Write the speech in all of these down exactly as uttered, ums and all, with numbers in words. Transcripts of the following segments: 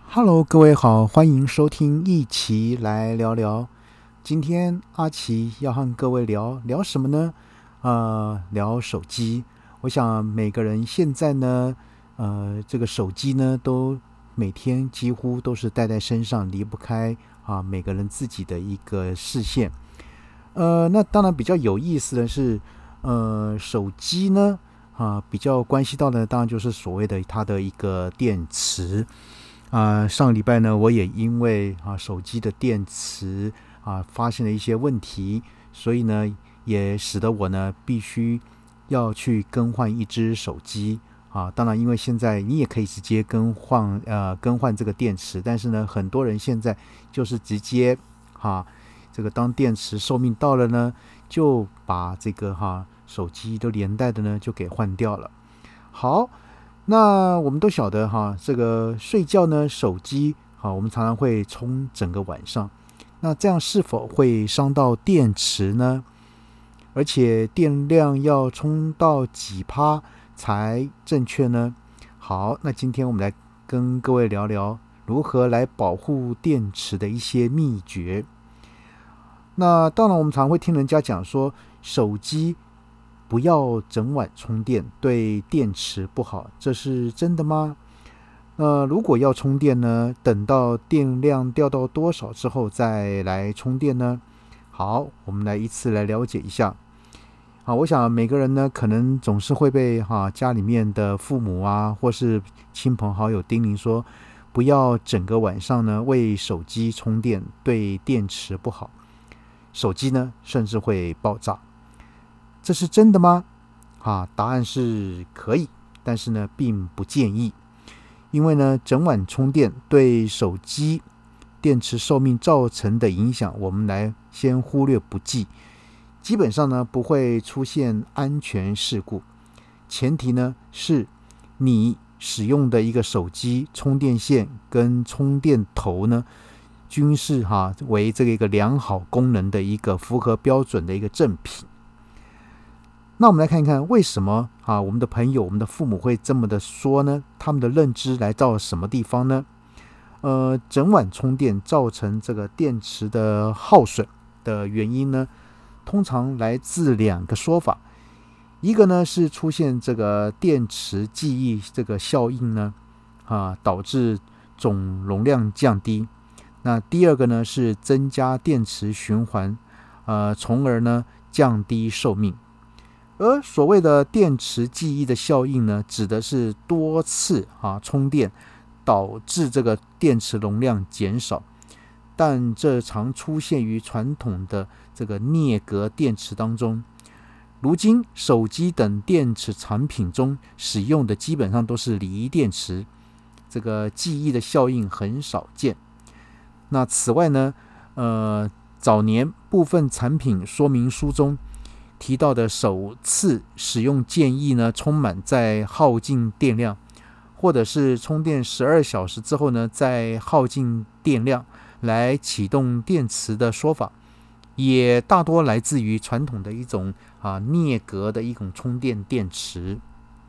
Hello，各位好，欢迎收听一起来聊聊。今天阿奇要和各位聊聊什么呢？呃，聊手机。我想每个人现在呢，呃，这个手机呢，都每天几乎都是带在身上，离不开啊每个人自己的一个视线。呃，那当然比较有意思的是，呃，手机呢，啊，比较关系到的当然就是所谓的它的一个电池。啊、呃上个礼拜呢，我也因为啊手机的电池啊发现了一些问题，所以呢，也使得我呢必须要去更换一只手机啊。当然，因为现在你也可以直接更换呃更换这个电池，但是呢，很多人现在就是直接哈、这个当电池寿命到了呢，就把这个哈、手机都连带的呢就给换掉了。好，那我们都晓得哈，这个睡觉呢，手机好，我们常常会充整个晚上。那这样是否会伤到电池呢？而且电量要充到几趴才正确呢？好，那今天我们来跟各位聊聊如何来保护电池的一些秘诀。那当然，我们常会听人家讲说，手机不要整晚充电，对电池不好，这是真的吗？呃，如果要充电呢，等到电量掉到多少之后再来充电呢？好，我们来依次来了解一下。好，我想每个人呢，可能总是会被哈、啊、家里面的父母啊，或是亲朋好友叮咛说，不要整个晚上呢为手机充电，对电池不好，手机呢甚至会爆炸。这是真的吗？啊，答案是可以，但是呢，并不建议，因为呢，整晚充电对手机电池寿命造成的影响，我们来先忽略不计。基本上呢，不会出现安全事故，前提呢是你使用的一个手机充电线跟充电头呢，均是哈、为这个一个良好功能的一个符合标准的一个正品。那我们来看一看为什么啊，我们的朋友、我们的父母会这么的说呢？他们的认知来到什么地方呢？呃，整晚充电造成这个电池的耗损的原因呢，通常来自两个说法。一个呢是出现这个电池记忆这个效应呢，啊，导致总容量降低。那第二个呢是增加电池循环，呃，从而呢降低寿命。而所谓的电池记忆的效应呢，指的是多次啊充电导致这个电池容量减少，但这常出现于传统的这个镍镉电池当中。如今手机等电池产品中使用的基本上都是锂电池，这个记忆的效应很少见。那此外呢，呃，早年部分产品说明书中提到的首次使用建议呢，充满再耗尽电量，或者是充电十二小时之后呢，再耗尽电量来启动电池的说法，也大多来自于传统的一种啊镍镉的一种充电电池。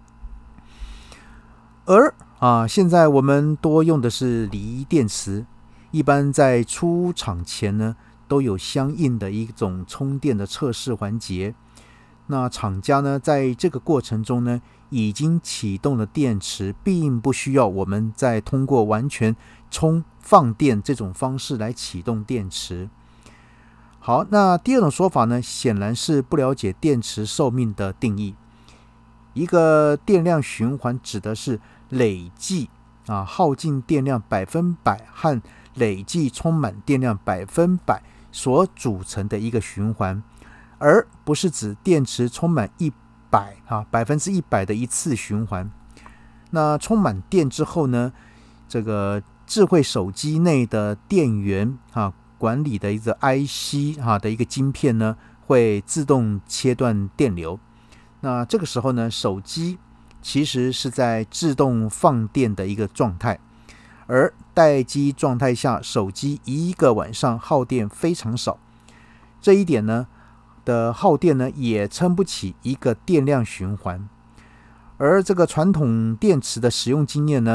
而啊，现在我们多用的是锂电池，一般在出厂前呢，都有相应的一种充电的测试环节。那厂家呢，在这个过程中呢，已经启动了电池，并不需要我们再通过完全充放电这种方式来启动电池。好，那第二种说法呢，显然是不了解电池寿命的定义。一个电量循环指的是累计啊耗尽电量百分百和累计充满电量百分百所组成的一个循环，而不是指电池充满一百啊百分之一百的一次循环。那充满电之后呢，这个智慧手机内的电源啊管理的一个 I C 啊的一个晶片呢，会自动切断电流。那这个时候呢，手机其实是在自动放电的一个状态，而待机状态下，手机一个晚上耗电非常少。这一点呢的耗电呢，也撑不起一个电量循环。而这个传统电池的使用经验呢，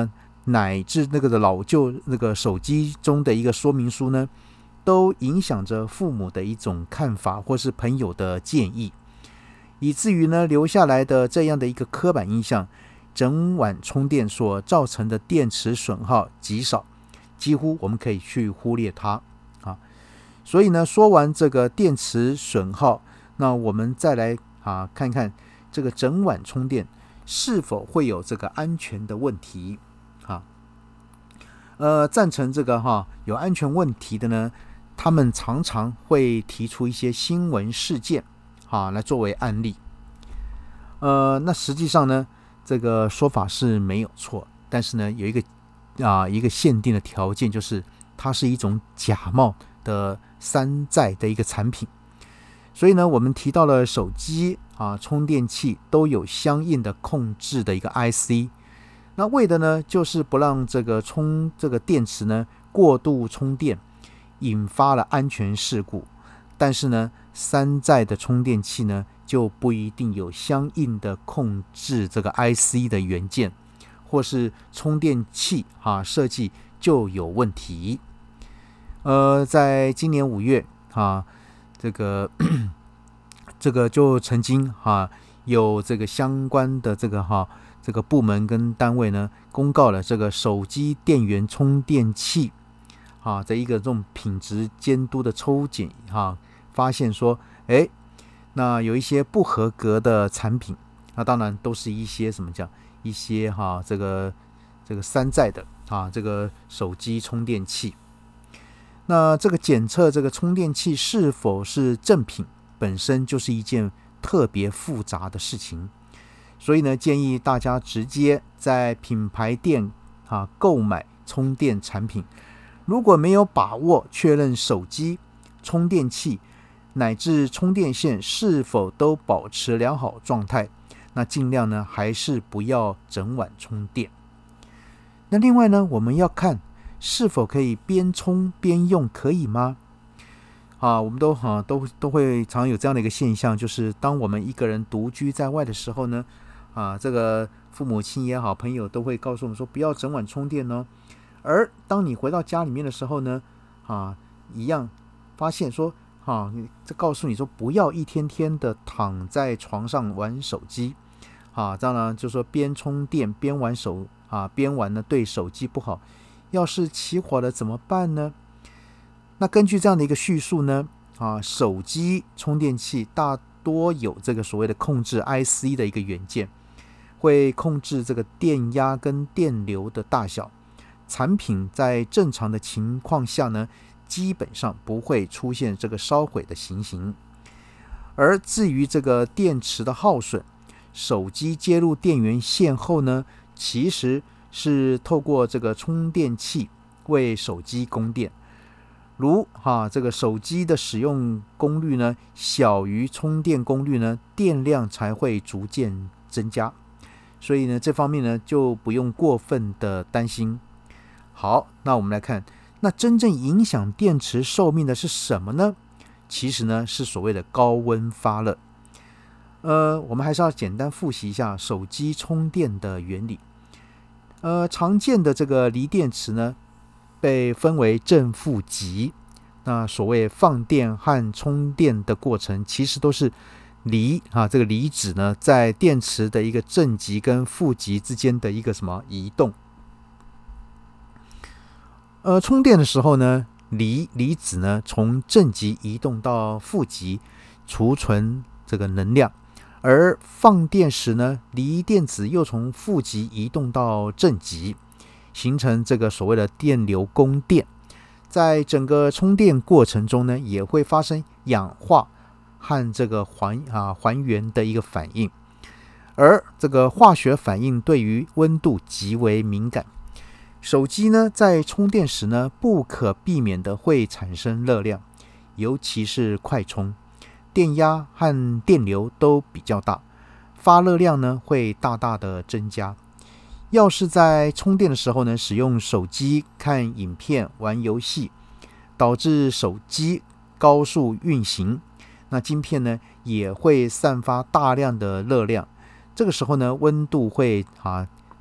乃至那个的老旧那个手机中的一个说明书呢，都影响着父母的一种看法或是朋友的建议，以至于呢留下来的这样的一个刻板印象，整晚充电所造成的电池损耗极少，几乎我们可以去忽略它啊。所以呢，说完这个电池损耗，那我们再来啊看看这个整晚充电是否会有这个安全的问题啊？呃，赞成这个哈有安全问题的呢，他们常常会提出一些新闻事件啊来作为案例。呃，那实际上呢，这个说法是没有错，但是呢，有一个啊一个限定的条件，就是它是一种假冒的山寨的一个产品。所以呢，我们提到了手机啊、充电器都有相应的控制的一个 I C， 那为的呢，就是不让这个充这个电池呢过度充电，引发了安全事故。但是呢，山寨的充电器呢，就不一定有相应的控制这个 I C 的元件，或是充电器啊设计就有问题。呃，在今年五月啊。这个这个就曾经哈、啊、有这个相关的这个哈、啊、这个部门跟单位呢公告了这个手机电源充电器啊的一个这种品质监督的抽检哈、啊，发现说，哎，那有一些不合格的产品，那当然都是一些什么讲一些哈、啊、这个这个山寨的啊这个手机充电器。那这个检测这个充电器是否是正品，本身就是一件特别复杂的事情，所以呢，建议大家直接在品牌店啊购买充电产品。如果没有把握确认手机、充电器乃至充电线是否都保持良好状态，那尽量呢还是不要整晚充电。那另外呢，我们要看是否可以边充边用，可以吗？啊，我们都哈、啊、都都会常有这样的一个现象，就是当我们一个人独居在外的时候呢，啊，这个父母亲也好，朋友都会告诉我们说，不要整晚充电哦。而当你回到家里面的时候呢，啊，一样发现说，啊，这告诉你说，不要一天天的躺在床上玩手机，啊，当然就说边充电边玩手啊边玩呢，对手机不好。要是起火了怎么办呢？那根据这样的一个叙述呢，啊，手机充电器大多有这个所谓的控制 I C 的一个元件，会控制这个电压跟电流的大小。产品在正常的情况下呢，基本上不会出现这个烧毁的情形。而至于这个电池的耗损，手机接入电源线后呢，其实是透过这个充电器为手机供电，如哈、啊、这个手机的使用功率呢小于充电功率呢，电量才会逐渐增加。所以呢，这方面呢就不用过分的担心。好，那我们来看，那真正影响电池寿命的是什么呢？其实呢是所谓的高温发热。呃，我们还是要简单复习一下手机充电的原理。呃，常见的这个锂电池呢，被分为正负极。那所谓放电和充电的过程，其实都是锂啊，这个锂子呢，在电池的一个正极跟负极之间的一个什么移动。呃，充电的时候呢，锂离子呢从正极移动到负极，储存这个能量。而放电时呢，锂电子又从负极移动到正极，形成这个所谓的电流供电。在整个充电过程中呢，也会发生氧化和这个还啊还原的一个反应。而这个化学反应对于温度极为敏感。手机呢，在充电时呢，不可避免的会产生热量，尤其是快充。电压和电流都比较大，发热量呢会大大的增加。要是在充电的时候呢，使用手机看影片、玩游戏，导致手机高速运行，那晶片呢也会散发大量的热量。这个时候呢，温度会啊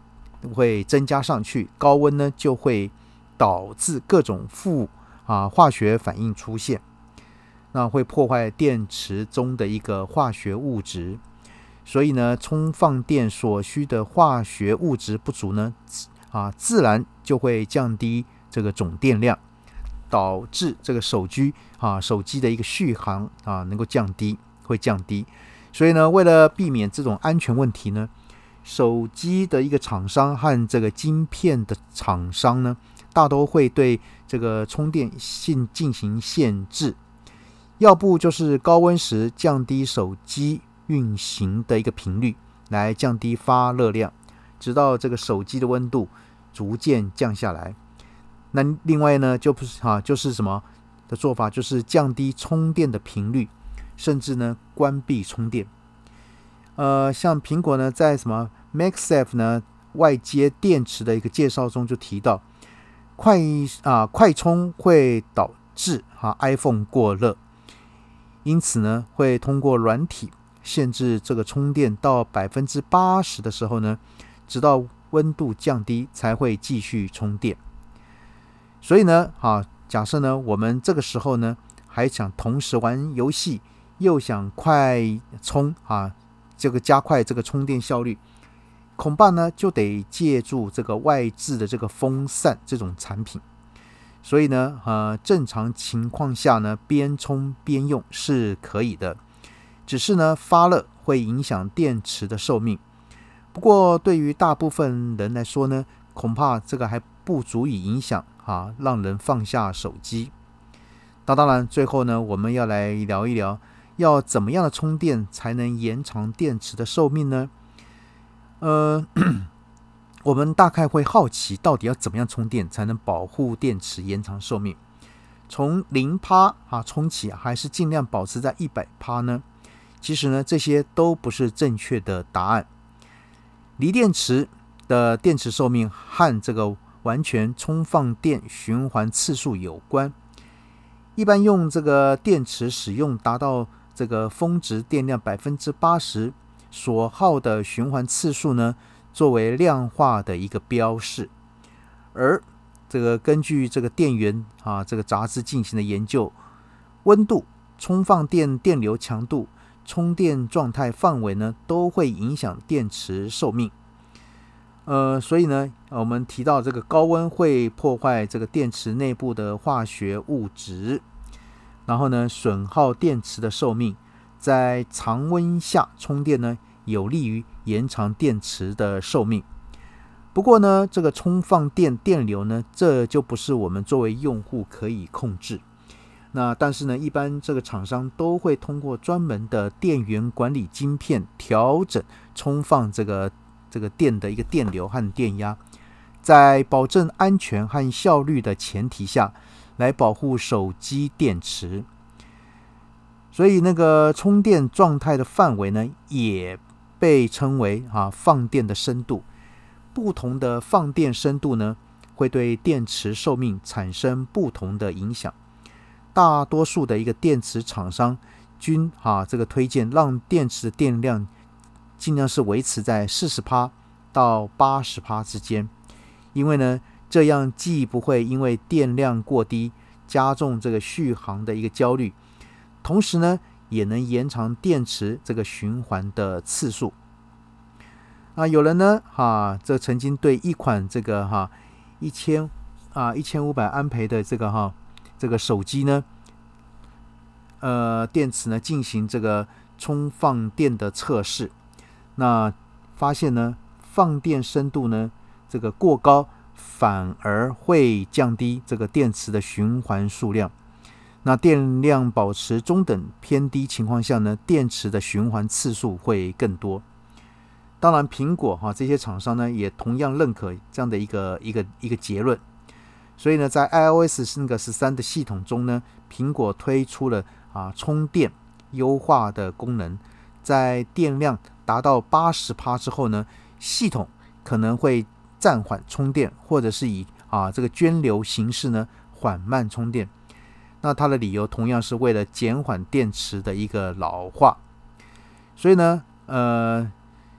会增加上去，高温呢就会导致各种负啊化学反应出现，那会破坏电池中的一个化学物质，所以呢，充放电所需的化学物质不足呢，啊，自然就会降低这个总电量，导致这个手机啊手机的一个续航啊能够降低，会降低。所以呢，为了避免这种安全问题呢，手机的一个厂商和这个晶片的厂商呢，大都会对这个充电性进行限制，要不就是高温时降低手机运行的一个频率，来降低发热量，直到这个手机的温度逐渐降下来。那另外呢，就不是啊，就是什么的做法，就是降低充电的频率，甚至呢关闭充电。呃，像苹果呢，在什么 MagSafe 呢外接电池的一个介绍中就提到，快啊快充会导致啊 iPhone 过热，因此呢会通过软体限制这个充电到 百分之八十 的时候呢，直到温度降低才会继续充电。所以呢，啊，假设呢我们这个时候呢还想同时玩游戏，又想快充啊，这个加快这个充电效率，恐怕呢就得借助这个外置的这个风扇这种产品。所以呢，呃，正常情况下呢，边充边用是可以的，只是呢发热会影响电池的寿命。不过对于大部分人来说呢，恐怕这个还不足以影响啊，让人放下手机。那当然，最后呢，我们要来聊一聊，要怎么样的充电才能延长电池的寿命呢？呃，我们大概会好奇，到底要怎么样充电才能保护电池延长寿命？从零趴啊充起，还是尽量保持在一百趴呢？其实呢，这些都不是正确的答案。锂电池的电池寿命和这个完全充放电循环次数有关。一般用这个电池使用达到这个峰值电量 百分之八十 所耗的循环次数呢，作为量化的一个标示。而这个根据这个电源啊这个杂志进行的研究，温度、充放电电流强度、充电状态范围呢，都会影响电池寿命。呃，所以呢，我们提到这个高温会破坏这个电池内部的化学物质，然后呢，损耗电池的寿命。在常温下充电呢，有利于延长电池的寿命。不过呢，这个充放电电流呢，这就不是我们作为用户可以控制。那但是呢，一般这个厂商都会通过专门的电源管理晶片调整充放这个这个电的一个电流和电压，在保证安全和效率的前提下，来保护手机电池。所以那个充电状态的范围呢，也被称为啊放电的深度。不同的放电深度呢，会对电池寿命产生不同的影响。大多数的一个电池厂商均啊这个推荐让电池的电量尽量是维持在 百分之四十 到 百分之八十 之间，因为呢，这样既不会因为电量过低加重这个续航的一个焦虑，同时呢，也能延长电池这个循环的次数。啊，有人呢，哈、啊，这曾经对一款这个哈一千啊一千五百安培的这个哈这个手机呢，呃，电池呢进行这个充放电的测试。那发现呢，放电深度呢这个过高，反而会降低这个电池的循环数量。那电量保持中等偏低情况下呢，电池的循环次数会更多。当然，苹果哈、啊、这些厂商呢也同样认可这样的一个一个一个结论。所以呢，在 iOS 那个十三的系统中呢，苹果推出了啊充电优化的功能，在电量达到 百分之八十 之后呢，系统可能会暂缓充电，或者是以啊这个涓流形式呢缓慢充电。那它的理由同样是为了减缓电池的一个老化。所以呢，呃，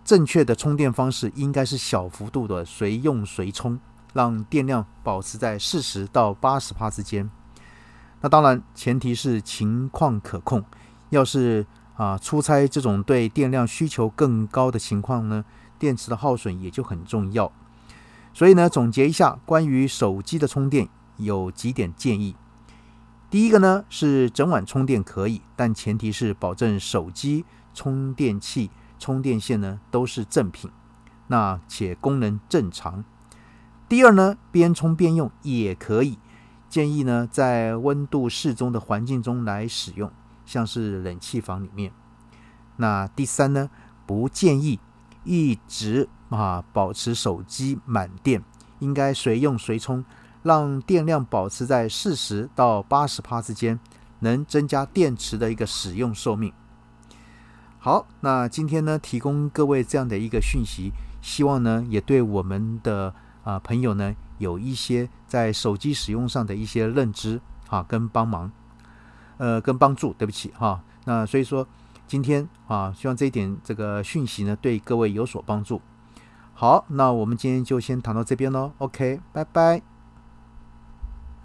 正确的充电方式应该是小幅度的随用随充，让电量保持在四十到八十趴之间。那当然前提是情况可控，要是啊出差这种对电量需求更高的情况呢，电池的耗损也就很重要。所以呢，总结一下关于手机的充电有几点建议。第一个呢是整晚充电可以，但前提是保证手机、充电器、充电线呢都是正品，那且功能正常。第二呢，边充边用也可以，建议呢在温度适中的环境中来使用，像是冷气房里面。那第三呢，不建议一直啊保持手机满电，应该随用随充，让电量保持在四十到八十趴之间，能增加电池的一个使用寿命。好，那今天呢提供各位这样的一个讯息，希望呢也对我们的啊、呃、朋友呢有一些在手机使用上的一些认知啊跟帮忙，呃跟帮助，对不起哈、啊。那所以说今天啊，希望这一点这个讯息呢对各位有所帮助。好，那我们今天就先谈到这边咯 OK， 拜拜。